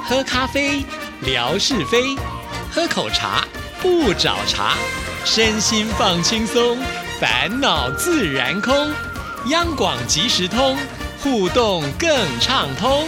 喝咖啡，聊是非；喝口茶，不找茬。身心放轻松，烦恼自然空。央广即时通，互动更畅通。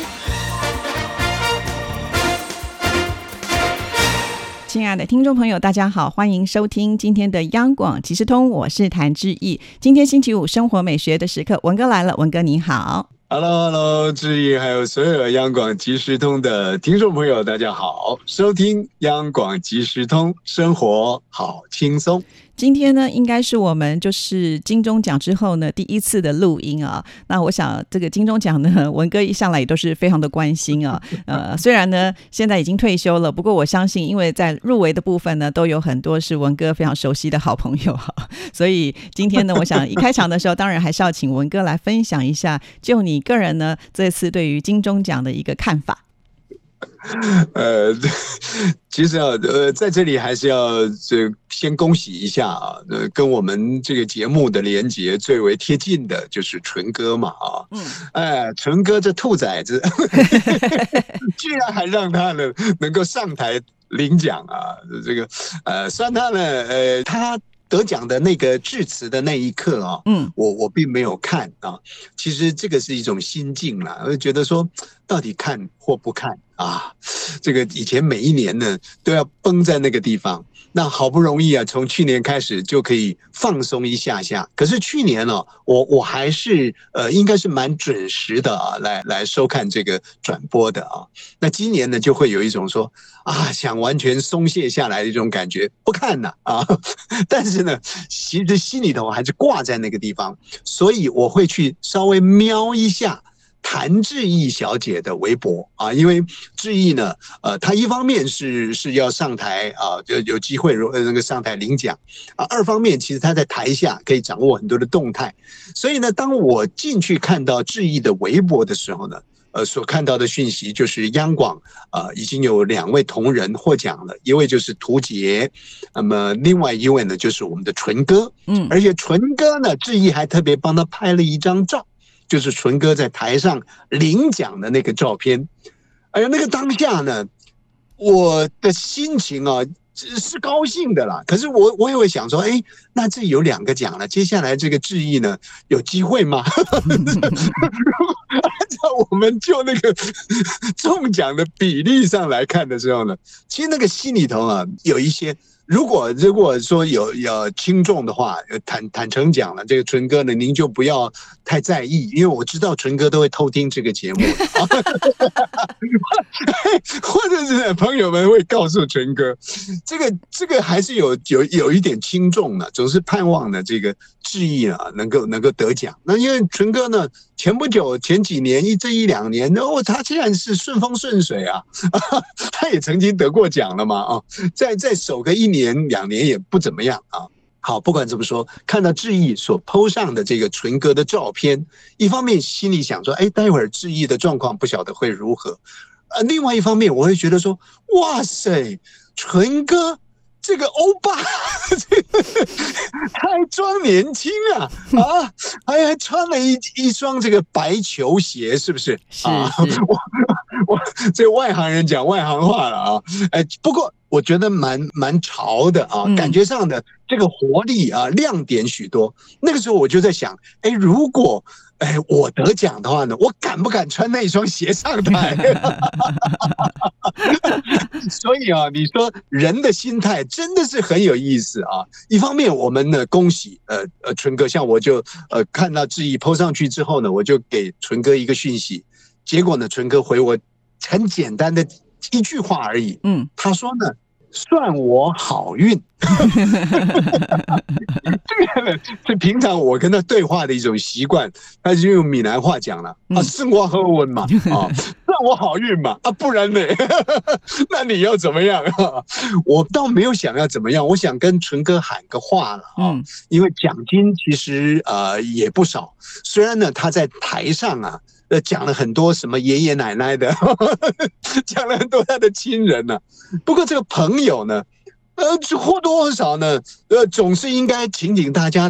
亲爱的听众朋友，大家好，欢迎收听今天的央广即时通，我是谭志毅。今天星期五，生活美学的时刻，文哥来了，文哥你好。 Hello， 志毅，还有所有央广即时通的听众朋友，大家好，收听央广即时通，生活好轻松。 今天呢，应该是我们就是金钟奖之后呢第一次的录音啊。那我想这个金钟奖呢，文哥一向来也都是非常的关心啊。虽然呢现在已经退休了，不过我相信，因为在入围的部分呢，都有很多是文哥非常熟悉的好朋友啊。所以今天呢，我想一开场的时候，当然还是要请文哥来分享一下，就你个人呢这次对于金钟奖的一个看法。 其实在这里还是要先恭喜一下啊，跟我们这个节目的连结最为贴近的就是纯哥嘛啊，纯哥这兔崽子，居然还让他呢能够上台领奖啊，这个算他呢他得奖的那个致辞的那一刻啊，我并没有看啊。其实这个是一种心境啦，我就觉得说，到底看或不看啊？这个以前每一年呢都要绷在那个地方，那好不容易啊，从去年开始就可以放松一下下。可是去年呢，我还是应该是蛮准时的啊，来收看这个转播的啊。那今年呢，就会有一种说啊，想完全松懈下来的一种感觉，不看了啊。但是呢，其实心里头还是挂在那个地方，所以我会去稍微瞄一下谭志毅小姐的微博啊，因为志毅呢，她一方面是要上台啊，就有机会那个上台领奖啊，二方面其实她在台下可以掌握很多的动态，所以呢，当我进去看到志毅的微博的时候呢，所看到的讯息就是央广已经有2位同仁获奖了，一位就是涂杰，那么另外一位呢就是我们的纯哥，而且纯哥呢，志毅还特别帮他拍了一张照。就是纯哥在台上领奖的那个照片，哎呀，那个当下呢，我的心情啊是高兴的啦。可是我也会想说，哎，那这有2个奖了，接下来这个志毅呢，有机会吗？按照我们就那个中奖的比例上来看的时候呢，其实那个心里头啊有一些。如果说有轻重的话，坦诚讲了，这个纯哥呢，您就不要太在意，因为我知道纯哥都会偷听这个节目，或者是朋友们会告诉纯哥，这个还是有一点轻重的，总是盼望的这个志毅啊能够得奖。那因为纯哥呢，前几年这1-2年，他竟然是顺风顺水啊，他也曾经得过奖了嘛啊，再守个1年2年也不怎么样啊。好，不管怎么说，看到志毅所 po 上的这个纯哥的照片，一方面心里想说，哎，待会儿志毅的状况不晓得会如何，另外一方面我会觉得说，哇塞，纯哥这个欧巴，他还装年轻啊，还穿了一双这个白球鞋，是不是？ 是我这外行人讲外行话了啊，不过我觉得蛮潮的啊，感觉上的这个活力啊，亮点许多。那个时候我就在想，如果我得奖的话呢，我敢不敢穿那双鞋上台？所以啊，你说人的心态真的是很有意思啊。一方面我们呢恭喜纯哥，像我就看到志毅 po 上去之后呢，我就给纯哥一个讯息，结果呢纯哥回我很简单的一句话而已，他说呢，算我好运。这平常我跟他对话的一种习惯，他就用闽南话讲了啊，算我好运嘛，算我好运嘛，不然呢？那你要怎么样啊？我倒没有想要怎么样，我想跟纯哥喊个话了啊，因为奖金其实也不少，虽然呢他在台上啊。讲了很多什么爷爷奶奶的，讲了很多他的亲人呢。不过这个朋友呢，或多或少呢，总是应该请大家呢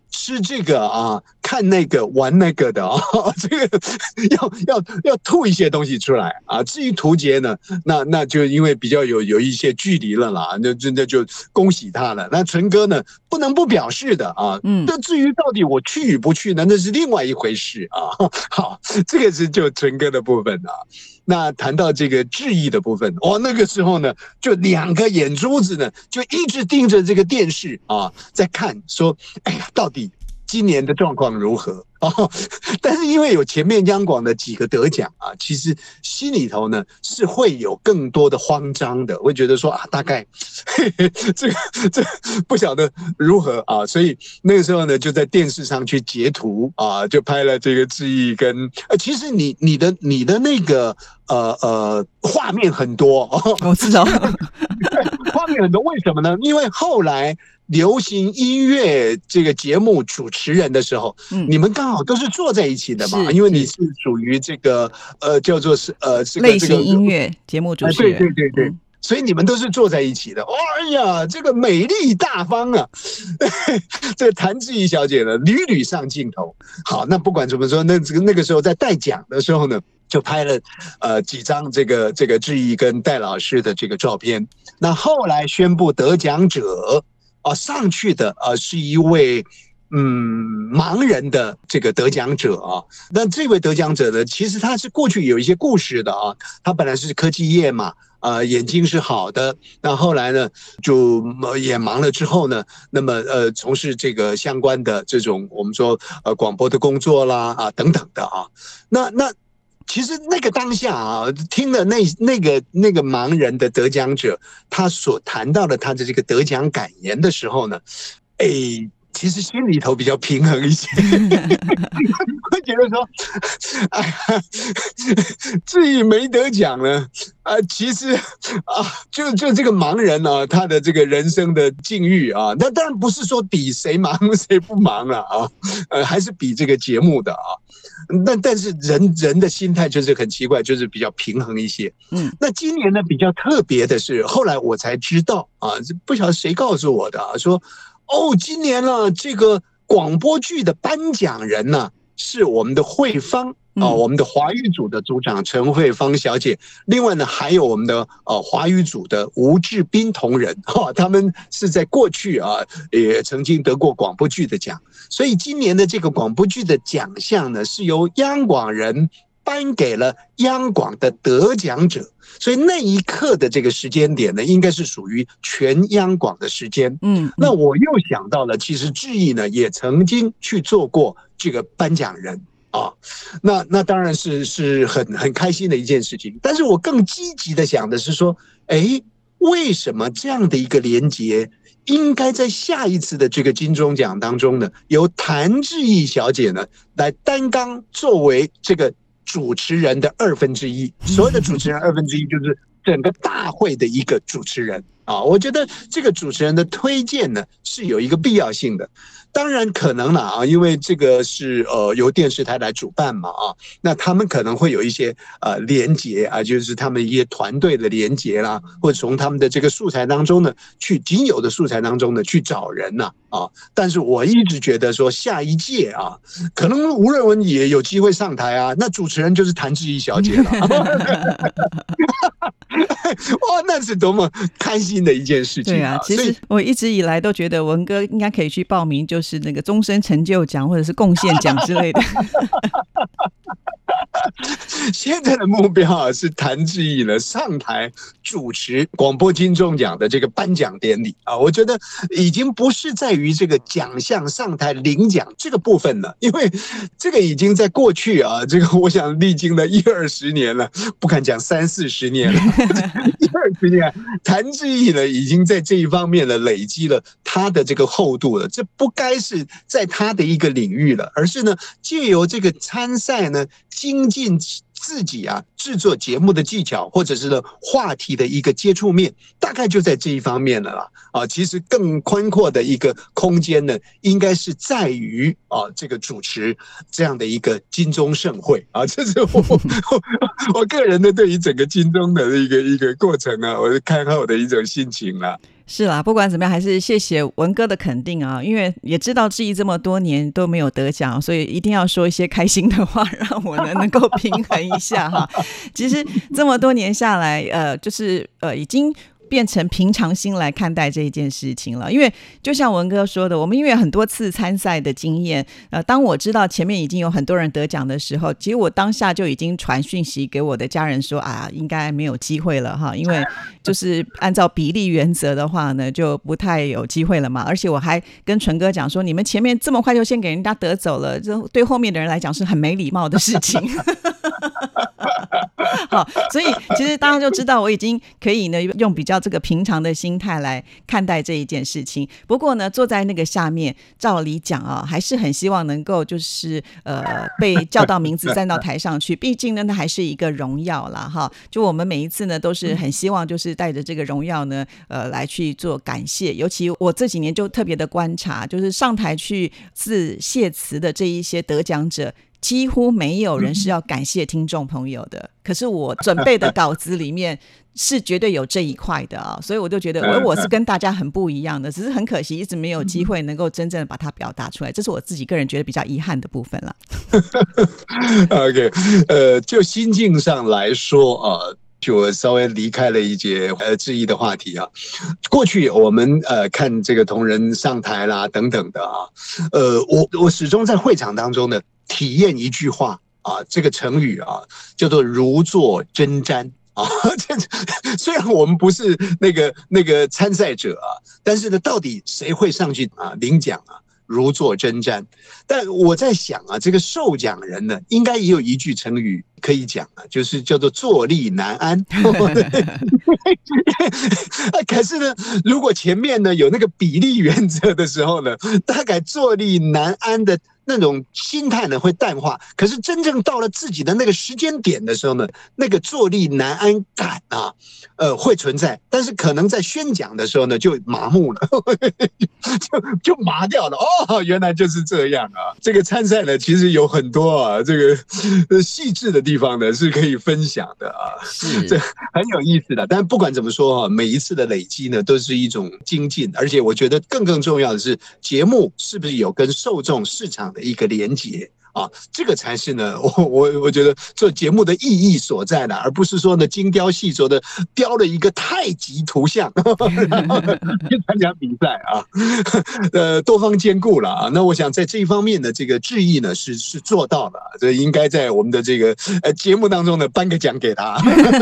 吃这个啊，看那个，玩那个的啊，这个要吐一些东西出来啊。至于屠洁呢，那就因为比较有一些距离了啦，那真的就恭喜他了。那纯哥呢，不能不表示的啊。那至于到底我去与不去呢，那是另外一回事啊。好，这个是就纯哥的部分啊。那谈到这个致意的部分，那个时候呢，就2个眼珠子呢，就一直盯着这个电视啊，在看，说，哎呀，到底今年的状况如何？但是因为有前面央广的几个得奖啊，其实心里头呢是会有更多的慌张的，会觉得说啊，大概这不晓得如何啊，所以那个时候呢，就在电视上去截图啊，就拍了这个致意跟其实你的那个画面很多我知道画面很多，为什么呢？因为后来流行音乐这个节目主持人的时候，你们刚好都是坐在一起的嘛，因为你是属于这个叫做是类型音乐节目主持人， 对。所以你们都是坐在一起的，哎呀，这个美丽大方啊！这个谭志怡小姐呢，屡屡上镜头。好，那不管怎么说，那个时候在带奖的时候呢，就拍了几张这个志毅跟戴老师的这个照片。那后来宣布得奖者上去的是一位盲人的这个得奖者啊。那这位得奖者呢，其实他是过去有一些故事的啊。他本来是科技业嘛，眼睛是好的，那后来呢就眼盲了之后呢，那么从事这个相关的这种我们说广播的工作啦等等的啊。那其实那个当下啊，听了那个盲人的得奖者他所谈到的他的这个得奖感言的时候呢，其实心里头比较平衡一些，会觉得说，哎呀，志毅没得奖呢，其实就这个盲人啊，他的这个人生的境遇啊，那当然不是说比谁忙谁不忙了还是比这个节目的啊。但是人的心态就是很奇怪，就是比较平衡一些。那今年呢比较特别的是，后来我才知道不晓得谁告诉我的说，今年呢这个广播剧的颁奖人呢是我们的慧芳我们的华语组的组长陈慧芳小姐，另外呢还有我们的华语组的吴志斌同仁他们是在过去也曾经得过广播剧的奖，所以今年的这个广播剧的奖项呢是由央广人颁给了央广的得奖者，所以那一刻的这个时间点呢，应该是属于全央广的时间。那我又想到了，其实志毅呢也曾经去做过这个颁奖人那当然是很开心的一件事情。但是我更积极的想的是说，为什么这样的一个连结应该在下一次的这个金钟奖当中呢，由谭志毅小姐呢来担纲作为这个主持人的1/2，所谓的主持人1/2就是整个大会的一个主持人我觉得这个主持人的推荐呢是有一个必要性的。当然可能了因为这个是由电视台来主办嘛那他们可能会有一些连结就是他们一些团队的连结啦，或者从他们的这个素材当中呢，仅有的素材当中呢去找人但是我一直觉得说下一届可能吴瑞文也有机会上台那主持人就是谭志毅小姐了哇，那是多么开心的一件事情对其实我一直以来都觉得文哥应该可以去报名，就是那个终身成就奖或者是贡献奖之类的现在的目标是谭志毅呢上台主持广播金钟奖的这个颁奖典礼我觉得已经不是在于这个奖项上台领奖这个部分了，因为这个已经在过去这个我想历经了10-20年了，不敢讲30-40年了10-20年，谭志毅呢已经在这一方面呢累积了他的这个厚度了，这不该是在他的一个领域了，而是呢借由这个参赛呢精进自己制作节目的技巧，或者是呢话题的一个接触面，大概就在这一方面了啦。其实更宽阔的一个空间呢，应该是在于这个主持这样的一个金钟盛会啊，这是我个人的对于整个金钟的一个过程啊，我看后的一种心情啦。 是啦，不管怎么样，还是谢谢文哥的肯定啊！因为也知道志毅这么多年都没有得奖，所以一定要说一些开心的话，让我能够平衡一下哈。其实这么多年下来，就是已经变成平常心来看待这一件事情了。因为就像文哥说的，我们因为很多次参赛的经验，当我知道前面已经有很多人得奖的时候，其实我当下就已经传讯息给我的家人说应该没有机会了哈，因为就是按照比例原则的话呢，就不太有机会了嘛。而且我还跟纯哥讲说，你们前面这么快就先给人家得走了，这对后面的人来讲是很没礼貌的事情。好，所以其实大家就知道我已经可以呢用比较这个平常的心态来看待这一件事情。不过呢，坐在那个下面，照理讲还是很希望能够就是被叫到名字站到台上去，毕竟呢那还是一个荣耀啦哈。就我们每一次呢都是很希望就是带着这个荣耀呢来去做感谢。尤其我这几年就特别的观察，就是上台去致谢词的这一些得奖者，几乎没有人是要感谢听众朋友的，可是我准备的稿子里面是绝对有这一块的所以我就觉得我是跟大家很不一样的，只是很可惜一直没有机会能够真正的把它表达出来，这是我自己个人觉得比较遗憾的部分了。 OK， 就心境上来说就我稍微离开了一节质疑的话题啊。过去我们看这个同仁上台啦等等的我始终在会场当中呢体验一句话这个成语叫做如坐针毡。虽然我们不是那个参赛者但是呢，到底谁会上去领奖如坐针毡。但我在想这个受奖人呢，应该也有一句成语可以讲就是叫做坐立难安。可是呢，如果前面呢有那个比例原则的时候呢，大概坐立难安的那种心态呢会淡化，可是真正到了自己的那个时间点的时候呢，那个坐立难安感会存在，但是可能在宣讲的时候呢就麻木了，就麻掉了。原来就是这样这个参赛呢，其实有很多这个细致的地方呢是可以分享的这很有意思的。但不管怎么说每一次的累积呢都是一种精进，而且我觉得更重要的是节目是不是有跟受众市场的一个连结这个才是呢我觉得做节目的意义所在的，而不是说呢精雕细琢的雕了一个太极图像然后去参加比赛多方兼顾了那我想在这一方面的这个质疑呢是做到了，这应该在我们的这个节目当中呢颁个奖给他。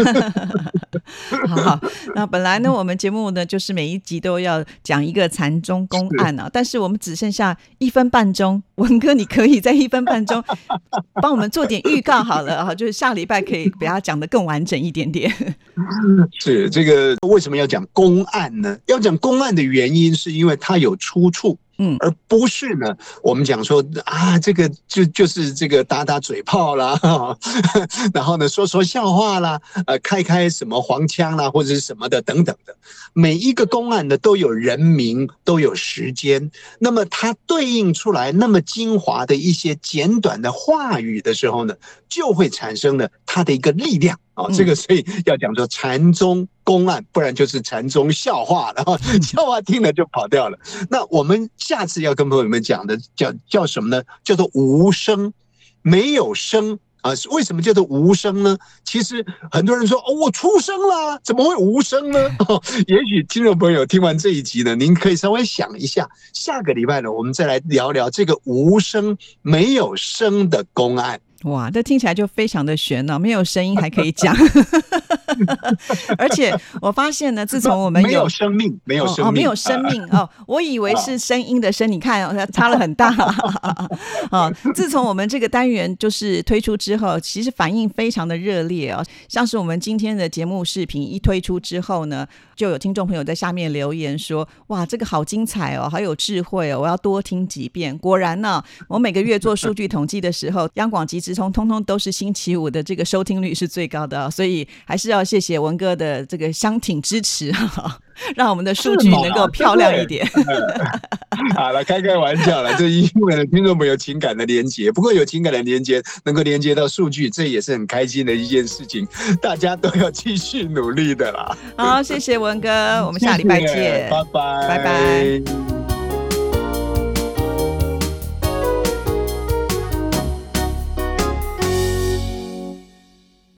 好，那本来呢我们节目呢就是每一集都要讲一个禅宗公案但是我们只剩下1分半钟，文哥你可以在1分半钟帮我们做点预告好了就是下礼拜可以把它讲得更完整一点点。 是这个为什么要讲公案呢？要讲公案的原因是因为它有出处而不是呢我们讲说这个就是这个打打嘴炮啦然后呢说笑话啦开什么黄腔啦或者是什么的等等的。每一个公案呢都有人名，都有时间，那么它对应出来那么精华的一些简短的话语的时候呢，就会产生了它的一个力量这个所以要讲说禅宗公案，不然就是禅宗笑话，然后笑话听了就跑掉了。那我们下次要跟朋友们讲的叫什么呢？叫做无声，没有声为什么叫做无声呢？其实很多人说我出声了，怎么会无声呢？也许听众朋友听完这一集呢，您可以稍微想一下，下个礼拜呢，我们再来聊聊这个无声没有声的公案。 哇，这听起来就非常的悬没有声音还可以讲。 而且我发现呢，自从我们没有生命，没有生命， 没有生命哦，我以为是声音的声，你看差了很大自从我们这个单元就是推出之后，其实反应非常的热烈哦，像是我们今天的节目视频一推出之后呢，就有听众朋友在下面留言说，哇，这个好精彩哦，好有智慧哦，我要多听几遍。果然呢，我每个月做数据统计的时候，央广即时通通通都是星期五的这个收听率是最高的哦，所以还是要谢谢文哥的这个相挺支持让我们的数据能够漂亮一点。 好了，开玩笑了，这因为听众朋友情感的连结，不过有情感的连结能够连接到数据，这也是很开心的一件事情，大家都要继续努力的啦。 好，谢谢文哥，我们下礼拜见， 拜拜， 拜拜。